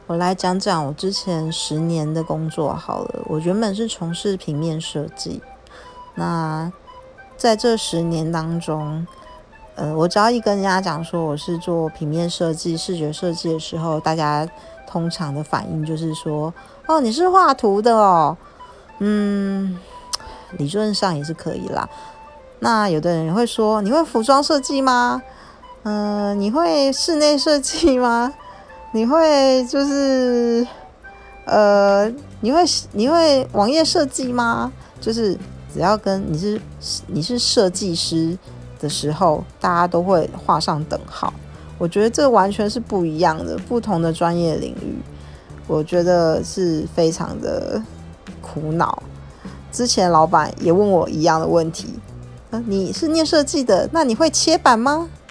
我来讲讲我之前10年的工作好了。我原本是从事平面设计，那在这10年当中，我只要一跟人家讲说我是做平面设计、视觉设计的时候，大家通常的反应就是说：“哦，你是画图的哦。”理论上也是可以啦。那有的人会说：“你会服装设计吗？你会室内设计吗？你会就是你会网页设计吗？”就是只要跟你是设计师的时候，大家都会画上等号。我觉得这完全是不一样的，不同的专业领域，我觉得是非常的苦恼。之前老板也问我一样的问题，你是念设计的，那你会切板吗？